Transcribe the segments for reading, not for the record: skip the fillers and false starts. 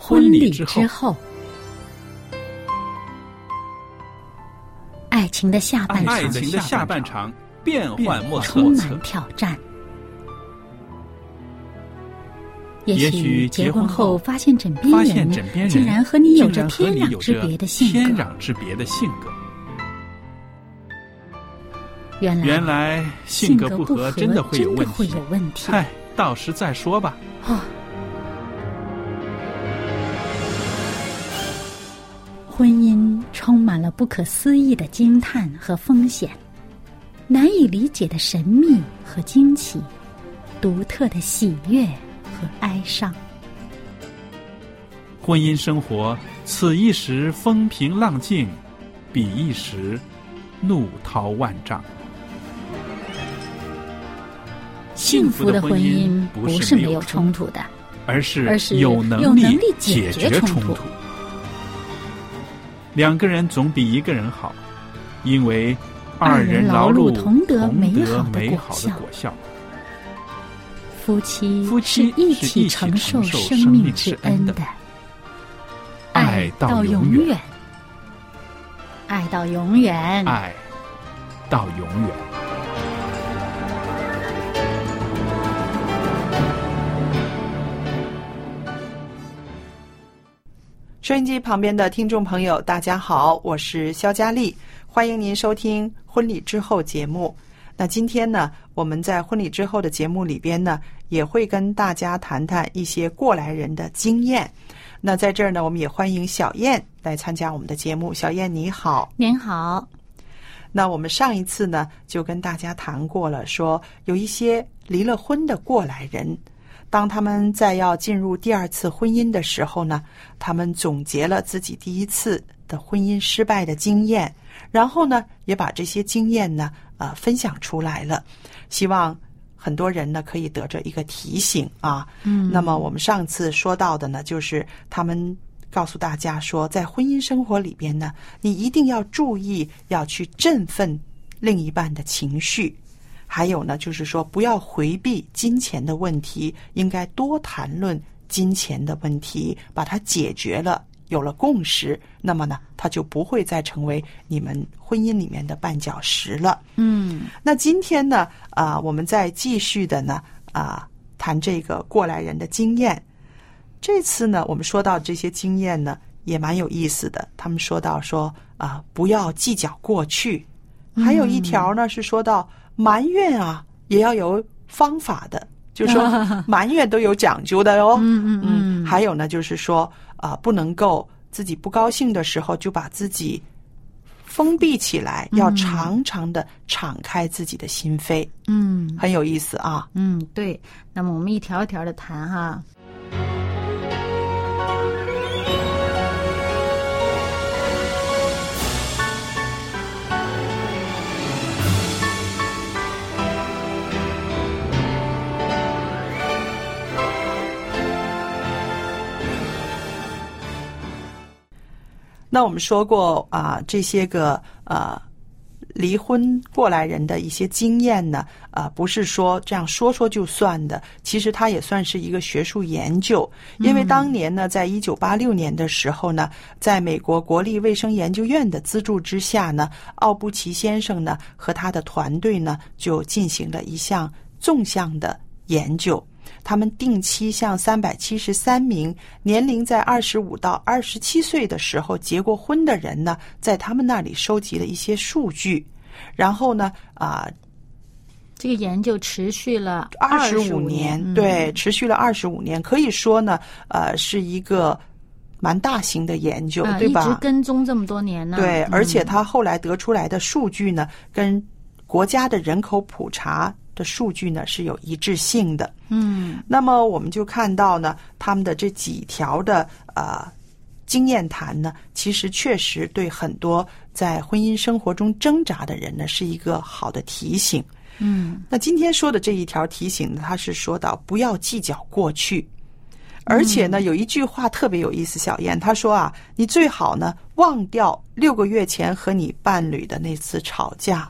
婚礼之后，爱情的下半场变幻莫测， 充满挑战。也许结婚后发现枕边人竟然和你有着天壤之别的性格。 原来性格不合真的会有问题。嗨，到时再说吧。 婚姻充满了不可思议的惊叹和风险，难以理解的神秘和惊奇，独特的喜悦和哀伤。 婚姻生活，此一时风平浪静，彼一时怒涛万丈。 幸福的婚姻不是没有冲突的， 而是有能力解决冲突。两个人总比一个人好，因为二人劳碌同得美好的果效。 夫妻是一起承受生命之恩的，爱到永远，爱到永远， 爱到永远。 收音机旁边的听众朋友大家好，我是肖佳丽，欢迎您收听婚礼之后节目。那今天呢，我们在婚礼之后的节目里边呢，也会跟大家谈谈一些过来人的经验。那在这儿呢，我们也欢迎小燕来参加我们的节目。小燕你好。 您好。 那我们上一次呢，就跟大家谈过了，说有一些离了婚的过来人，当他们在要进入第二次婚姻的时候呢，他们总结了自己第一次的婚姻失败的经验，然后呢，也把这些经验呢，分享出来了，希望很多人呢可以得着一个提醒啊。那么我们上次说到的呢，就是他们告诉大家说，在婚姻生活里边呢，你一定要注意，要去振奋另一半的情绪。还有呢，就是说不要回避金钱的问题，应该多谈论金钱的问题，把它解决了，有了共识，那么呢，它就不会再成为你们婚姻里面的绊脚石了。那今天呢，我们再继续的呢，谈这个过来人的经验。这次呢，我们说到这些经验呢，也蛮有意思的。他们说到说不要计较过去，还有一条呢是说到埋怨也要有方法的，就是说埋怨都有讲究的哦。还有呢，就是说不能够自己不高兴的时候就把自己封闭起来，要常常的敞开自己的心扉。很有意思啊。 对。那么我们一条一条的谈哈。 那我们说过这些个离婚过来人的一些经验呢，不是说这样说就算的，其实它也算是一个学术研究。因为当年呢，在1986年的时候呢，在美国国立卫生研究院的资助之下呢，奥布奇先生呢和他的团队呢就进行了一项纵向的研究。他们定期向373名年龄在25到27岁的时候结过婚的人呢，在他们那里收集了一些数据，然后呢， 这个研究持续了 25年，对，持续了25年，可以说呢，是一个蛮大型的研究，对吧？ 一直跟踪这么多年呢。 对，而且他后来得出来的数据呢，跟国家的人口普查的数据呢是有一致性的。那么我们就看到呢，他们的这几条的经验谈呢，其实确实对很多在婚姻生活中挣扎的人呢是一个好的提醒。那今天说的这一条提醒呢，他是说到不要计较过去，而且呢有一句话特别有意思，小燕他说你最好呢忘掉6个月前和你伴侣的那次吵架。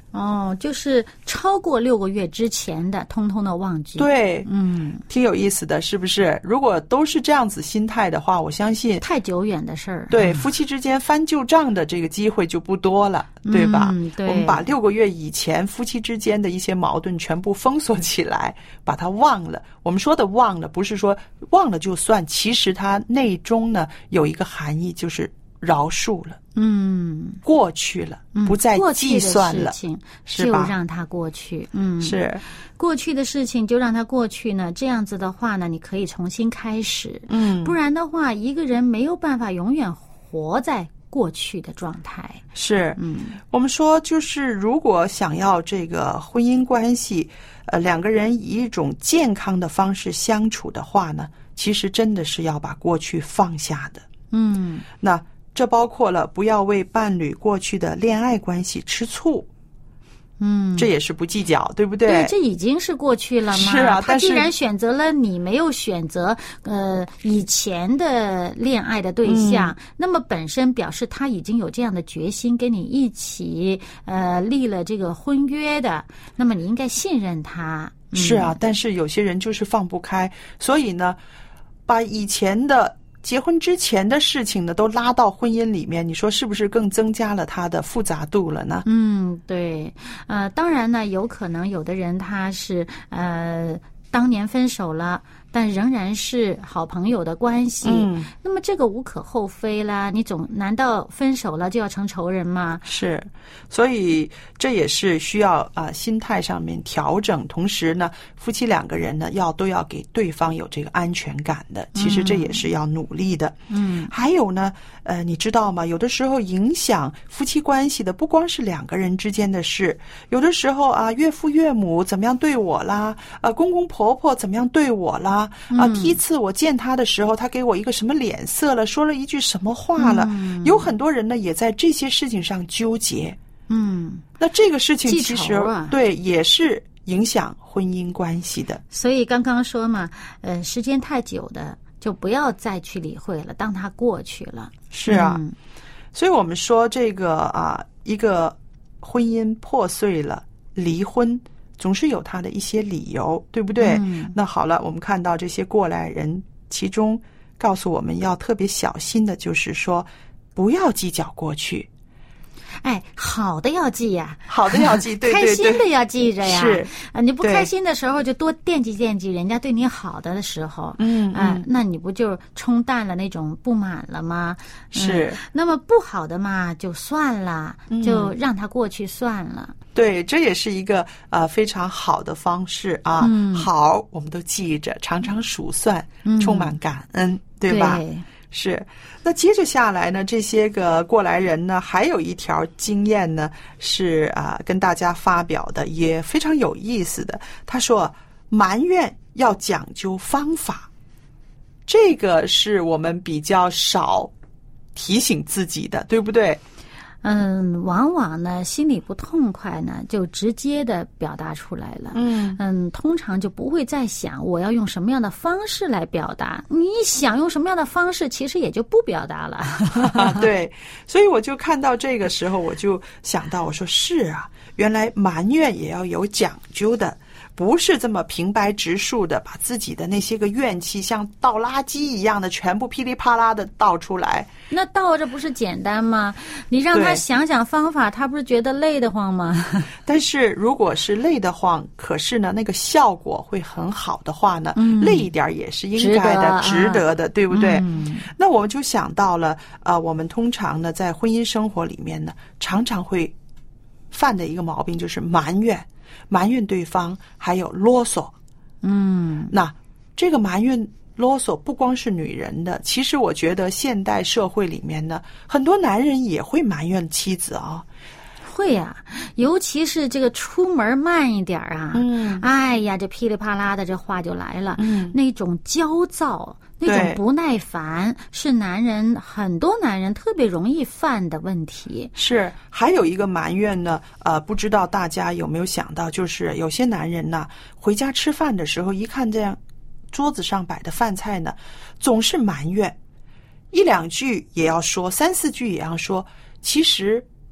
哦，就是超过6个月之前的，通通的忘记。 对，挺有意思的，是不是？如果都是这样子心态的话，我相信太久远的事儿， 对，夫妻之间翻旧账的这个机会就不多了，对吧？ 对， 我们把6个月以前夫妻之间的一些矛盾全部封锁起来，把它忘了。我们说的忘了，不是说忘了就算，其实它内中呢有一个含义，就是饶恕了。过去了，不再计算了， 过去的事情就让它过去。 是过去的事情就让它过去呢。这样子的话呢，你可以重新开始。不然的话，一个人没有办法永远活在过去的状态。 是，我们说就是如果想要这个婚姻关系，两个人以一种健康的方式相处的话呢，其实真的是要把过去放下的。那这包括了不要为伴侣过去的恋爱关系吃醋，这也是不计较，对不对？ 对，这已经是过去了嘛。 是啊， 他既然选择了你，没有选择以前的恋爱的对象，那么本身表示他已经有这样的决心跟你一起立了这个婚约的，那么你应该信任他。 是啊，但是有些人就是放不开，所以呢，把以前的结婚之前的事情呢，都拉到婚姻里面，你说是不是更增加了它的复杂度了呢？ 对，当然呢，有可能有的人他是当年分手了，但仍然是好朋友的关系，那么这个无可厚非啦。你难道分手了就要成仇人吗？ 是，所以这也是需要心态上面调整，同时呢，夫妻两个人呢都要给对方有这个安全感的。其实这也是要努力的。还有呢，你知道吗？有的时候影响夫妻关系的不光是两个人之间的事，有的时候岳父岳母怎么样对我啦，公公婆婆怎么样对我啦，第一次我见他的时候，他给我一个什么脸色了，说了一句什么话了，有很多人呢也在这些事情上纠结。那这个事情其实对也是影响婚姻关系的。 所以刚刚说嘛，时间太久的就不要再去理会了，当它过去了。 是啊，所以我们说这个一个婚姻破碎了，离婚总是有他的一些理由，对不对？那好了，我们看到这些过来人，其中告诉我们要特别小心的，就是说不要计较过去。 好的要记呀， 好的要记，对对对， 开心的要记着呀。 是你不开心的时候就多惦记惦记人家对你好的时候，那你不就冲淡了那种不满了吗？ 是。 那么不好的嘛，就算了，就让它过去算了。 对，这也是一个非常好的方式啊。好，我们都记着，常常数算，充满感恩，对吧？ 对。 是，那接着下来呢，这些个过来人呢，还有一条经验呢，是跟大家发表的，也非常有意思的。他说，埋怨要讲究方法，这个是我们比较少提醒自己的，对不对？ 往往呢心里不痛快呢，就直接的表达出来了。通常就不会再想我要用什么样的方式来表达。你想用什么样的方式，其实也就不表达了。 对，所以我就看到这个时候，我就想到，我说是啊，原来埋怨也要有讲究的。不是这么平白直述的把自己的那些个怨气像倒垃圾一样的全部噼里啪啦的倒出来。 那倒着不是简单吗？你让他想想方法，他不是觉得累得慌吗？ 但是如果是累得慌，可是呢那个效果会很好的话呢，累一点也是应该的，值得的，对不对？那我们就想到了我们通常呢在婚姻生活里面呢，常常会犯的一个毛病就是埋怨对方，还有啰嗦。那这个埋怨啰嗦不光是女人的，其实我觉得现代社会里面呢，很多男人也会埋怨妻子啊。 会呀，尤其是这个出门慢一点啊，哎呀，这噼里啪啦的这话就来了，那种焦躁，那种不耐烦，是很多男人特别容易犯的问题。 是，还有一个埋怨呢，不知道大家有没有想到，就是有些男人呢，回家吃饭的时候，一看这样桌子上摆的饭菜呢，总是埋怨，一两句也要说，3-4句也要说，其实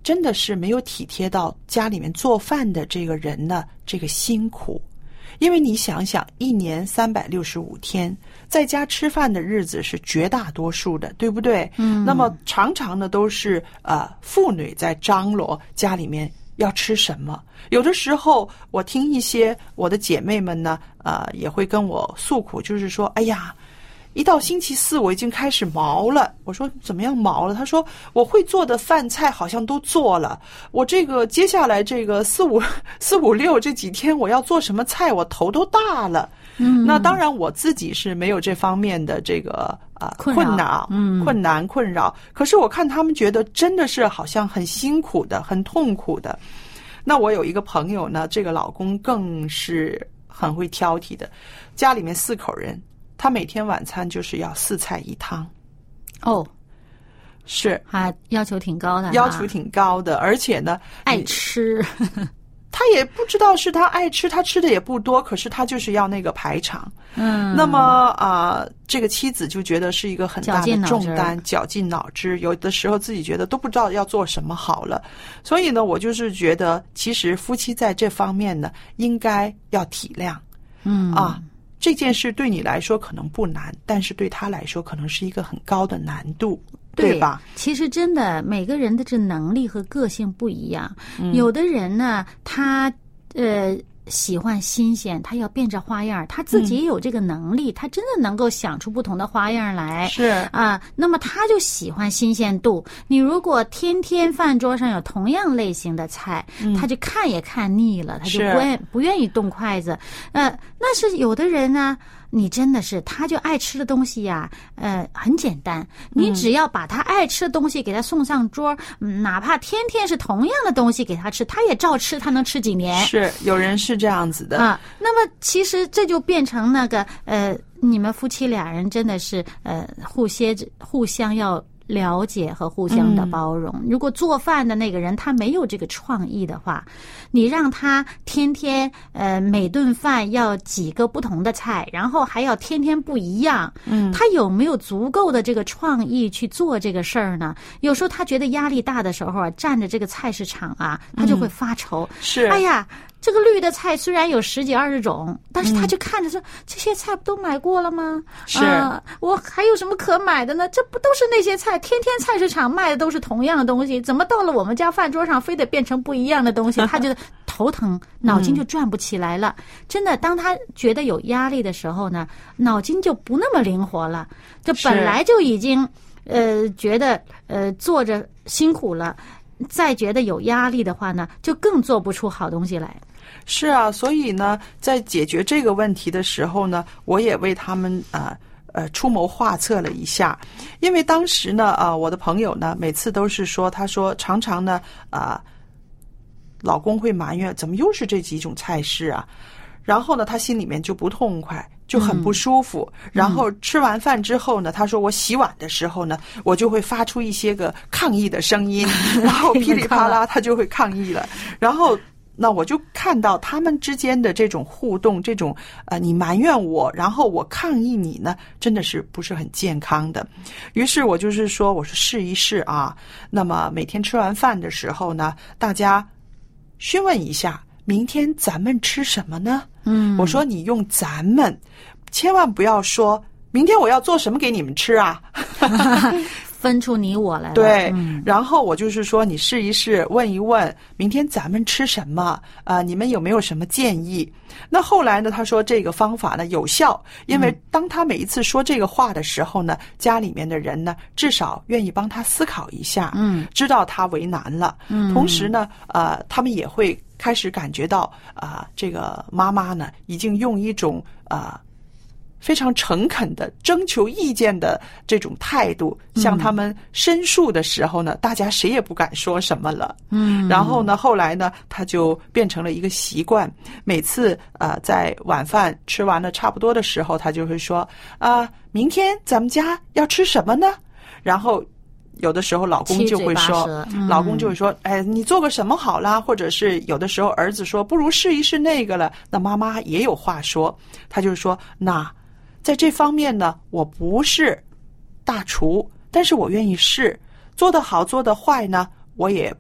真的是没有体贴到家里面做饭的这个人呢这个辛苦。因为你想想，一年365天，在家吃饭的日子是绝大多数的，对不对？那么常常呢都是妇女在张罗家里面要吃什么。有的时候我听一些我的姐妹们呢也会跟我诉苦，就是说哎呀，一到星期四我已经开始毛了。我说怎么样毛了？她说我会做的饭菜好像都做了，我这个接下来这个4、5、6这几天我要做什么菜，我头都大了。那当然我自己是没有这方面的这个困扰，可是我看他们觉得真的是好像很辛苦的，很痛苦的。那我有一个朋友呢，这个老公更是很会挑剔的，家里面4口人，他每天晚餐就是要4菜1汤。 哦， 是要求挺高的， 要求挺高的，而且呢爱吃。 他也不知道是他爱吃，他吃的也不多，可是他就是要那个排场。那么这个妻子就觉得是一个很大的重担，绞尽脑汁，有的时候自己觉得都不知道要做什么好了。所以呢，我就是觉得其实夫妻在这方面呢应该要体谅。这件事对你来说可能不难，但是对他来说可能是一个很高的难度，对吧？ 其实真的每个人的这能力和个性不一样。有的人呢，他喜欢新鲜，他要变着花样，他自己也有这个能力，他真的能够想出不同的花样来。 是那么他就喜欢新鲜度。你如果天天饭桌上有同样类型的菜，他就看也看腻了，他就不愿意动筷子。那是有的人呢，你真的是他就爱吃的东西呀，很简单，你只要把他爱吃的东西给他送上桌，哪怕天天是同样的东西给他吃，他也照吃，他能吃几年。 是有人是这样子的那么其实这就变成那个你们夫妻俩人真的是互相要了解和互相的包容。如果做饭的那个人他没有这个创意的话，你让他天天每顿饭要几个不同的菜，然后还要天天不一样，他有没有足够的这个创意去做这个事儿呢？有时候他觉得压力大的时候站着这个菜市场他就会发愁。 是， 哎呀，这个绿的菜虽然有10几20种，但是他就看着说，这些菜不都买过了吗？ 是我还有什么可买的呢？这不都是那些菜，天天菜市场卖的都是同样的东西，怎么到了我们家饭桌上非得变成不一样的东西？他觉得头疼，脑筋就转不起来了。真的，当他觉得有压力的时候呢，脑筋就不那么灵活了。这本来就已经觉得做着辛苦了，再觉得有压力的话呢，就更做不出好东西来。 是啊，所以呢，在解决这个问题的时候呢，我也为他们出谋划策了一下。因为当时呢我的朋友呢每次都是说，他说常常呢老公会埋怨怎么又是这几种菜式啊，然后呢他心里面就不痛快，就很不舒服。然后吃完饭之后呢，他说我洗碗的时候呢，我就会发出一些个抗议的声音，然后噼里啪啦他就会抗议了。然后那我就看到他们之间的这种互动，这种你埋怨我，然后我抗议你呢，真的是不是很健康的。于是我就是说，我说试一试啊。那么每天吃完饭的时候呢，大家询问一下，明天咱们吃什么呢？我说你用咱们，千万不要说明天我要做什么给你们吃啊。 分出你我来了。 对，然后我就是说你试一试，问一问明天咱们吃什么你们有没有什么建议？那后来呢，他说这个方法呢有效，因为当他每一次说这个话的时候呢，家里面的人呢至少愿意帮他思考一下，知道他为难了，同时呢他们也会开始感觉到这个妈妈呢已经用一种非常诚恳的征求意见的这种态度向他们申诉的时候呢，大家谁也不敢说什么了。然后呢，后来呢，他就变成了一个习惯，每次在晚饭吃完了差不多的时候，他就会说明天咱们家要吃什么呢？然后有的时候老公就会说，哎，你做个什么好啦？或者是有的时候儿子说，不如试一试那个了。那妈妈也有话说，他就是说，那在这方面呢，我不是大厨，但是我愿意试，做得好做得坏呢，我也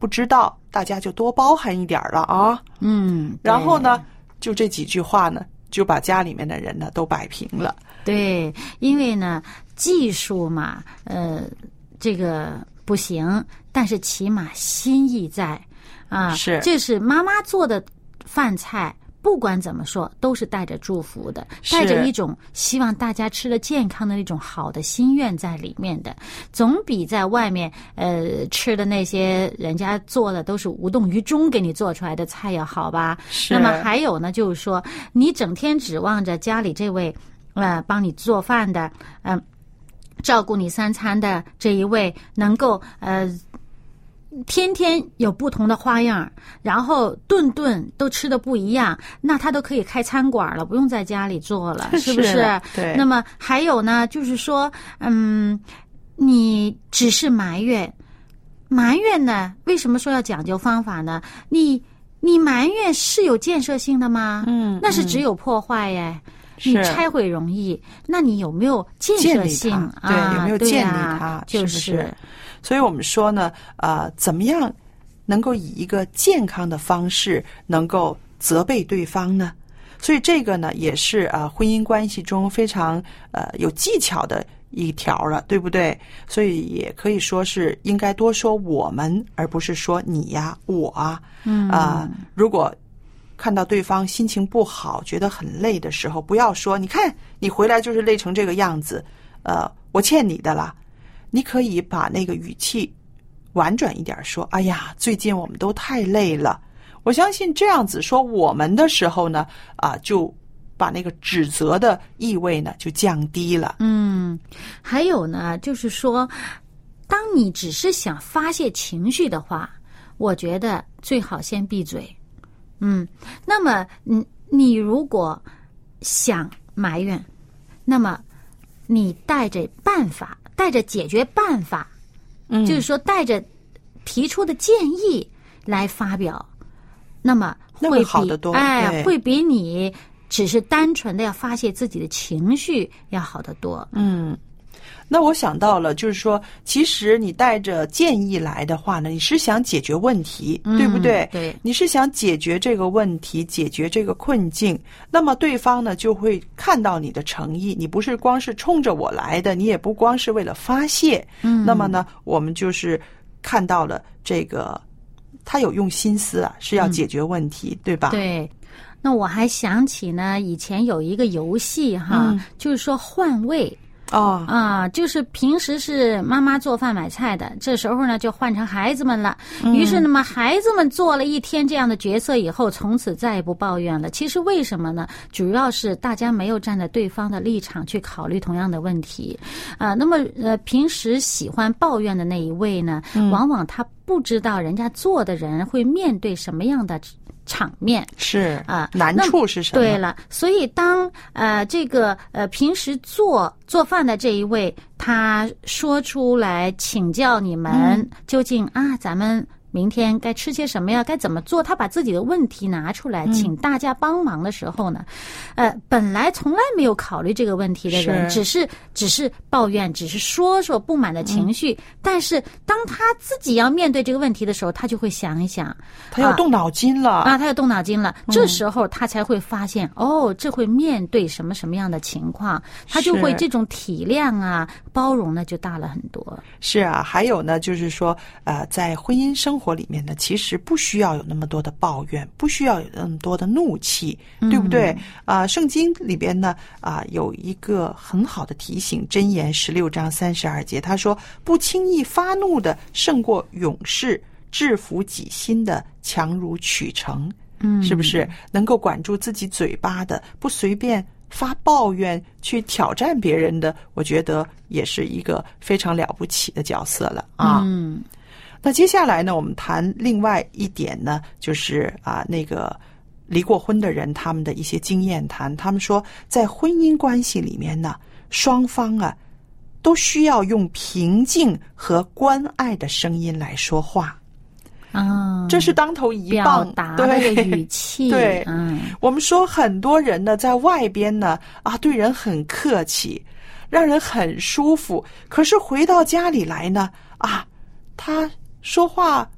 不知道，大家就多包涵一点了啊。然后呢，就这几句话呢，就把家里面的人呢都摆平了。 对，因为呢，技术嘛，这个不行，但是起码心意在啊。 是， 这是妈妈做的饭菜。不管怎么说，都是带着祝福的，带着一种希望大家吃了健康的那种好的心愿在里面的，总比在外面吃的那些人家做的都是无动于衷给你做出来的菜要好吧。那么还有呢，就是说你整天指望着家里这位帮你做饭的照顾你3餐的这一位能够天天有不同的花样，然后顿顿都吃的不一样，那他都可以开餐馆了，不用在家里做了，是不是？ 对。 那么还有呢，就是说，你只是埋怨呢？为什么说要讲究方法呢？你埋怨是有建设性的吗？那是只有破坏耶。你拆毁容易，那你有没有建设性啊？ 对，有没有建立它？ 就是。 是不是？所以我们说呢，怎么样能够以一个健康的方式能够责备对方呢？所以这个呢，也是婚姻关系中非常有技巧的一条了，对不对？所以也可以说是应该多说我们，而不是说你呀、我啊。如果看到对方心情不好，觉得很累的时候，不要说你看你回来就是累成这个样子，我欠你的了。你可以把那个语气婉转一点说，哎呀，最近我们都太累了。我相信这样子说我们的时候呢，就把那个指责的意味呢就降低了。 还有呢，就是说当你只是想发泄情绪的话，我觉得最好先闭嘴。那么你如果想埋怨，那么你带着解决办法，就是说带着提出的建议来发表，那么会好得多， 会比你只是单纯的要发泄自己的情绪要好得多。 那我想到了，就是说，其实你带着建议来的话呢，你是想解决问题，对不对？ 对， 你是想解决这个问题，解决这个困境。那么对方呢，就会看到你的诚意，你不是光是冲着我来的，你也不光是为了发泄。那么呢，我们就是看到了这个，他有用心思是要解决问题，对吧？ 对。那我还想起呢，以前有一个游戏就是说换位。就是平时是妈妈做饭买菜的，这时候呢就换成孩子们了。于是那么孩子们做了一天这样的角色以后，从此再也不抱怨了。其实为什么呢？主要是大家没有站在对方的立场去考虑同样的问题。那么平时喜欢抱怨的那一位呢，往往他不知道人家做的人会面对什么样的场面， 是难处是什么？ 对了，所以当这个平时做饭的这一位，他说出来请教你们，究竟咱们明天该吃些什么呀？该怎么做？他把自己的问题拿出来，请大家帮忙的时候呢，本来从来没有考虑这个问题的人，只是抱怨，只是说不满的情绪。但是当他自己要面对这个问题的时候，他就会想一想， 他要动脑筋了他要动脑筋了。这时候他才会发现，这会面对什么样的情况，他就会这种体谅包容呢就大了很多。 是啊，还有呢，就是说在婚姻生活里面呢，其实不需要有那么多的抱怨，不需要有那么多的怒气，对不对？圣经里边呢有一个很好的提醒，箴言16章32节，他说不轻易发怒的胜过勇士，制服己心的强如取成。是不是能够管住自己嘴巴的，不随便发抱怨去挑战别人的，我觉得也是一个非常了不起的角色了那接下来呢，我们谈另外一点呢，就是那个离过婚的人他们的一些经验谈。他们说在婚姻关系里面呢，双方都需要用平静和关爱的声音来说话这是当头一棒， 表达这个语气。 对，我们说很多人呢，在外边呢对人很客气，让人很舒服，可是回到家里来呢他说话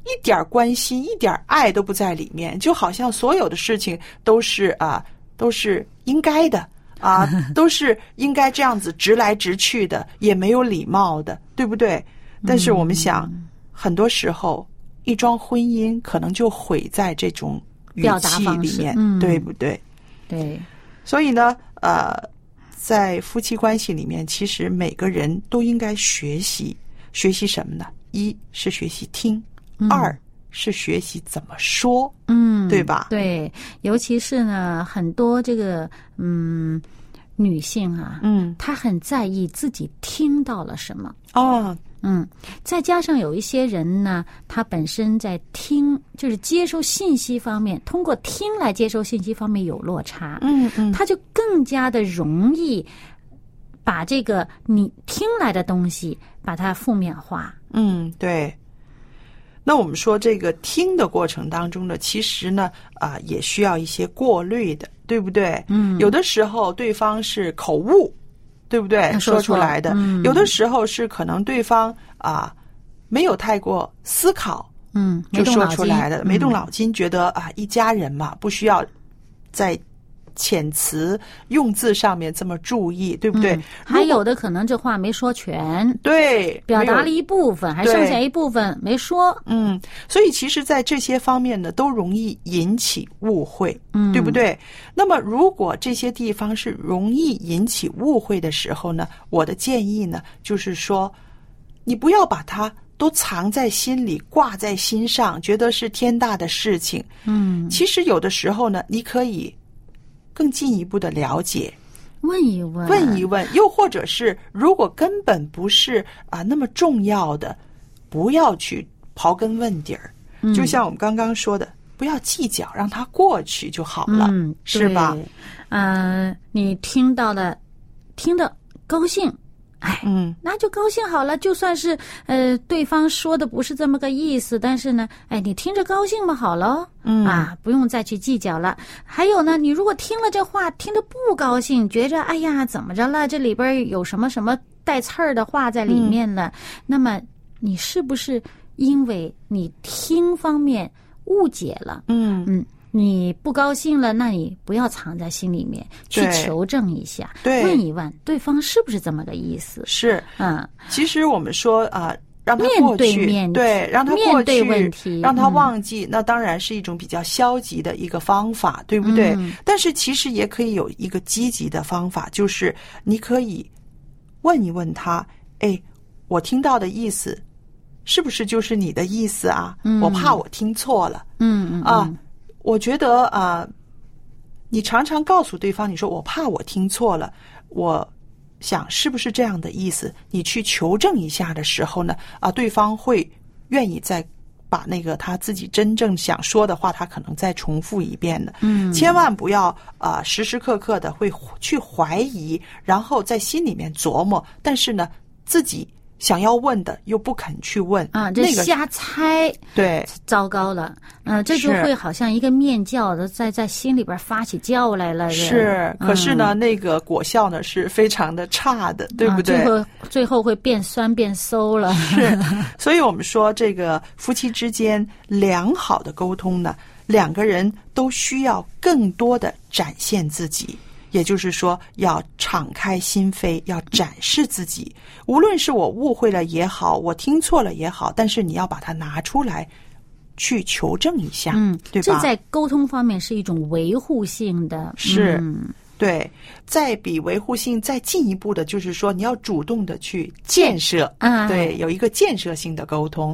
一点关心、一点爱都不在里面，就好像所有的事情都是应该的都是应该这样子直来直去的，也没有礼貌的，对不对？但是我们想，很多时候一桩婚姻可能就毁在这种语气里面，对不对？ 对。 所以呢，在夫妻关系里面，其实每个人都应该学习什么呢？一是学习听，二是学习怎么说，对吧？ 对，尤其是呢，很多这个女性啊，她很在意自己听到了什么。再加上有一些人呢，他本身在听，就是接收信息方面，通过听来接收信息方面有落差，他就更加的容易把这个你听来的东西把它负面化。 对。那我们说这个听的过程当中呢，其实呢，也需要一些过滤的，对不对？有的时候对方是口误，对不对？说出来的，有的时候是可能对方没有太过思考，就说出来的，没动脑筋，觉得一家人嘛，不需要在遣词用字上面这么注意，对不对？ 还有的可能这话没说全， 对， 表达了一部分，还剩下一部分没说。 所以其实在这些方面呢，都容易引起误会，对不对？那么如果这些地方是容易引起误会的时候呢，我的建议呢，就是说你不要把它都藏在心里，挂在心上，觉得是天大的事情。其实有的时候呢，你可以更进一步的了解， 问一问， 又或者是如果根本不是那么重要的，不要去刨根问底儿。就像我们刚刚说的，不要计较，让它过去就好了，是吧？ 你听到了，听得高兴，那就高兴好了。就算是对方说的不是这么个意思，但是呢，你听着高兴嘛，好了，不用再去计较了。还有呢，你如果听了这话听得不高兴，觉着哎呀怎么着了，这里边有什么什么带刺儿的话在里面了，那么你是不是因为你听方面误解了？你不高兴了，那你不要藏在心里面，去求证一下，问一问对方是不是这么个意思。 是，其实我们说让他过去，对，让他过去，问题，让他忘记，那当然是一种比较消极的一个方法，对不对？但是其实也可以有一个积极的方法，就是你可以问一问他，我听到的意思是不是就是你的意思啊？我怕我听错了，我觉得你常常告诉对方，你说我怕我听错了，我想是不是这样的意思？你去求证一下的时候呢，对方会愿意再把那个他自己真正想说的话，他可能再重复一遍的。千万不要时时刻刻的会去怀疑，然后在心里面琢磨，但是呢，自己想要问的又不肯去问这瞎猜， 对， 糟糕了，这就会好像一个面教的在心里边发起教来了。 是，可是呢，那个果效呢是非常的差的，对不对？ 最后会变酸变馊了。 是，所以我们说这个夫妻之间良好的沟通呢，两个人都需要更多的展现自己。也就是说，要敞开心扉，要展示自己。无论是我误会了也好，我听错了也好，但是你要把它拿出来，去求证一下，对吧？ 这在沟通方面是一种维护性的， 是，对。再比维护性再进一步的，就是说你要主动的去建设，对，有一个建设性的沟通，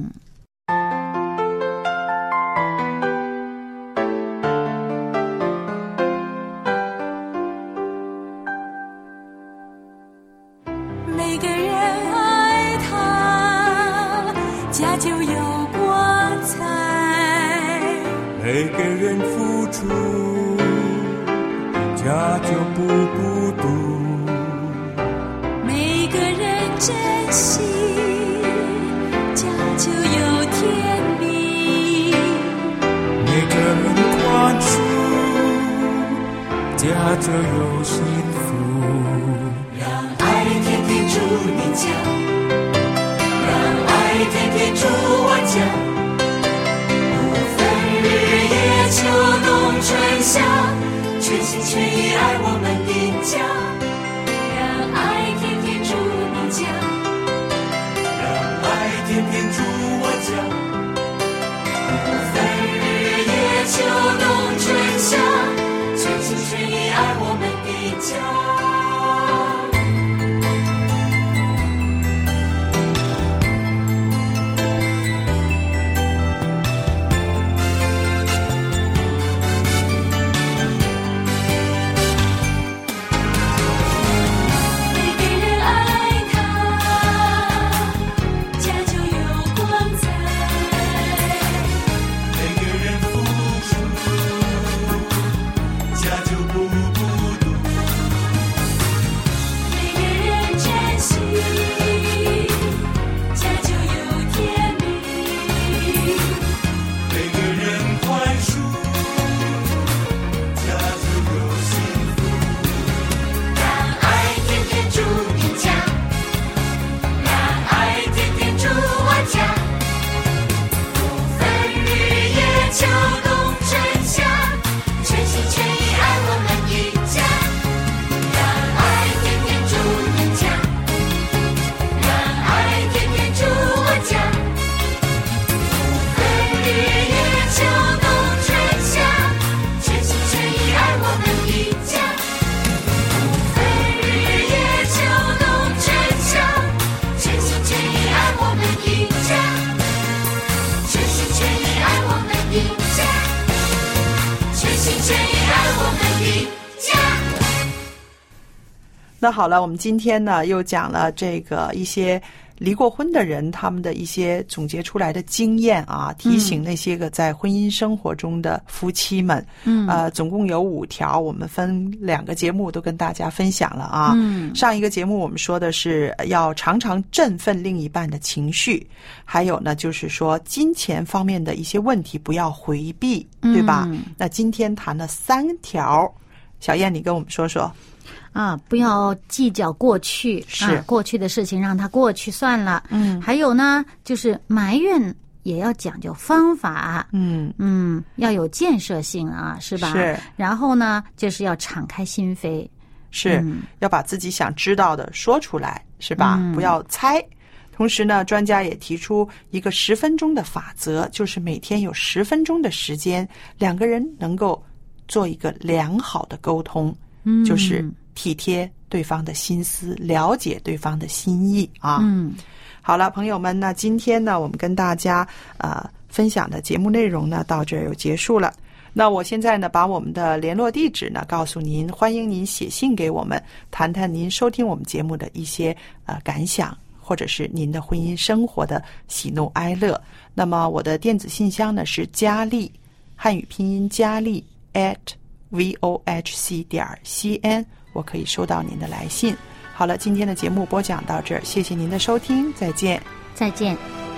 每个人爱他，家就有光彩； 每个人付出，家就不孤独； 每个人珍惜，家就有甜蜜； 每个人宽恕，家就有幸福。 住你家，让爱天天住我家， 天天住我家， 分日夜秋冬春夏，全心全意爱我们的家。 那好了，我们今天呢又讲了这个一些离过婚的人他们的一些总结出来的经验啊，提醒那些个在婚姻生活中的夫妻们。总共有5条，我们分2个节目都跟大家分享了啊。上一个节目我们说的是要常常振奋另一半的情绪，还有呢就是说金钱方面的一些问题不要回避，对吧？那今天谈了3条，小燕你跟我们说说。 不要计较过去， 是过去的事情让它过去算了。还有呢，就是埋怨也要讲究方法。要有建设性啊，是吧？ 是。 然后呢，就是要敞开心扉， 是、要把自己想知道的说出来，是吧？不要猜。同时呢，专家也提出一个10分钟的法则，就是每天有10分钟的时间，2个人能够做一个良好的沟通，就是体贴对方的心思，了解对方的心意啊。好了，朋友们，那今天呢，我们跟大家分享的节目内容呢，到这儿又结束了。那我现在呢，把我们的联络地址呢告诉您，欢迎您写信给我们，谈谈您收听我们节目的一些感想，或者是您的婚姻生活的喜怒哀乐。那么我的电子信箱呢是佳丽，汉语拼音佳丽@vohc.cn， 我可以收到您的来信。好了，今天的节目播讲到这儿，谢谢您的收听，再见。 再见。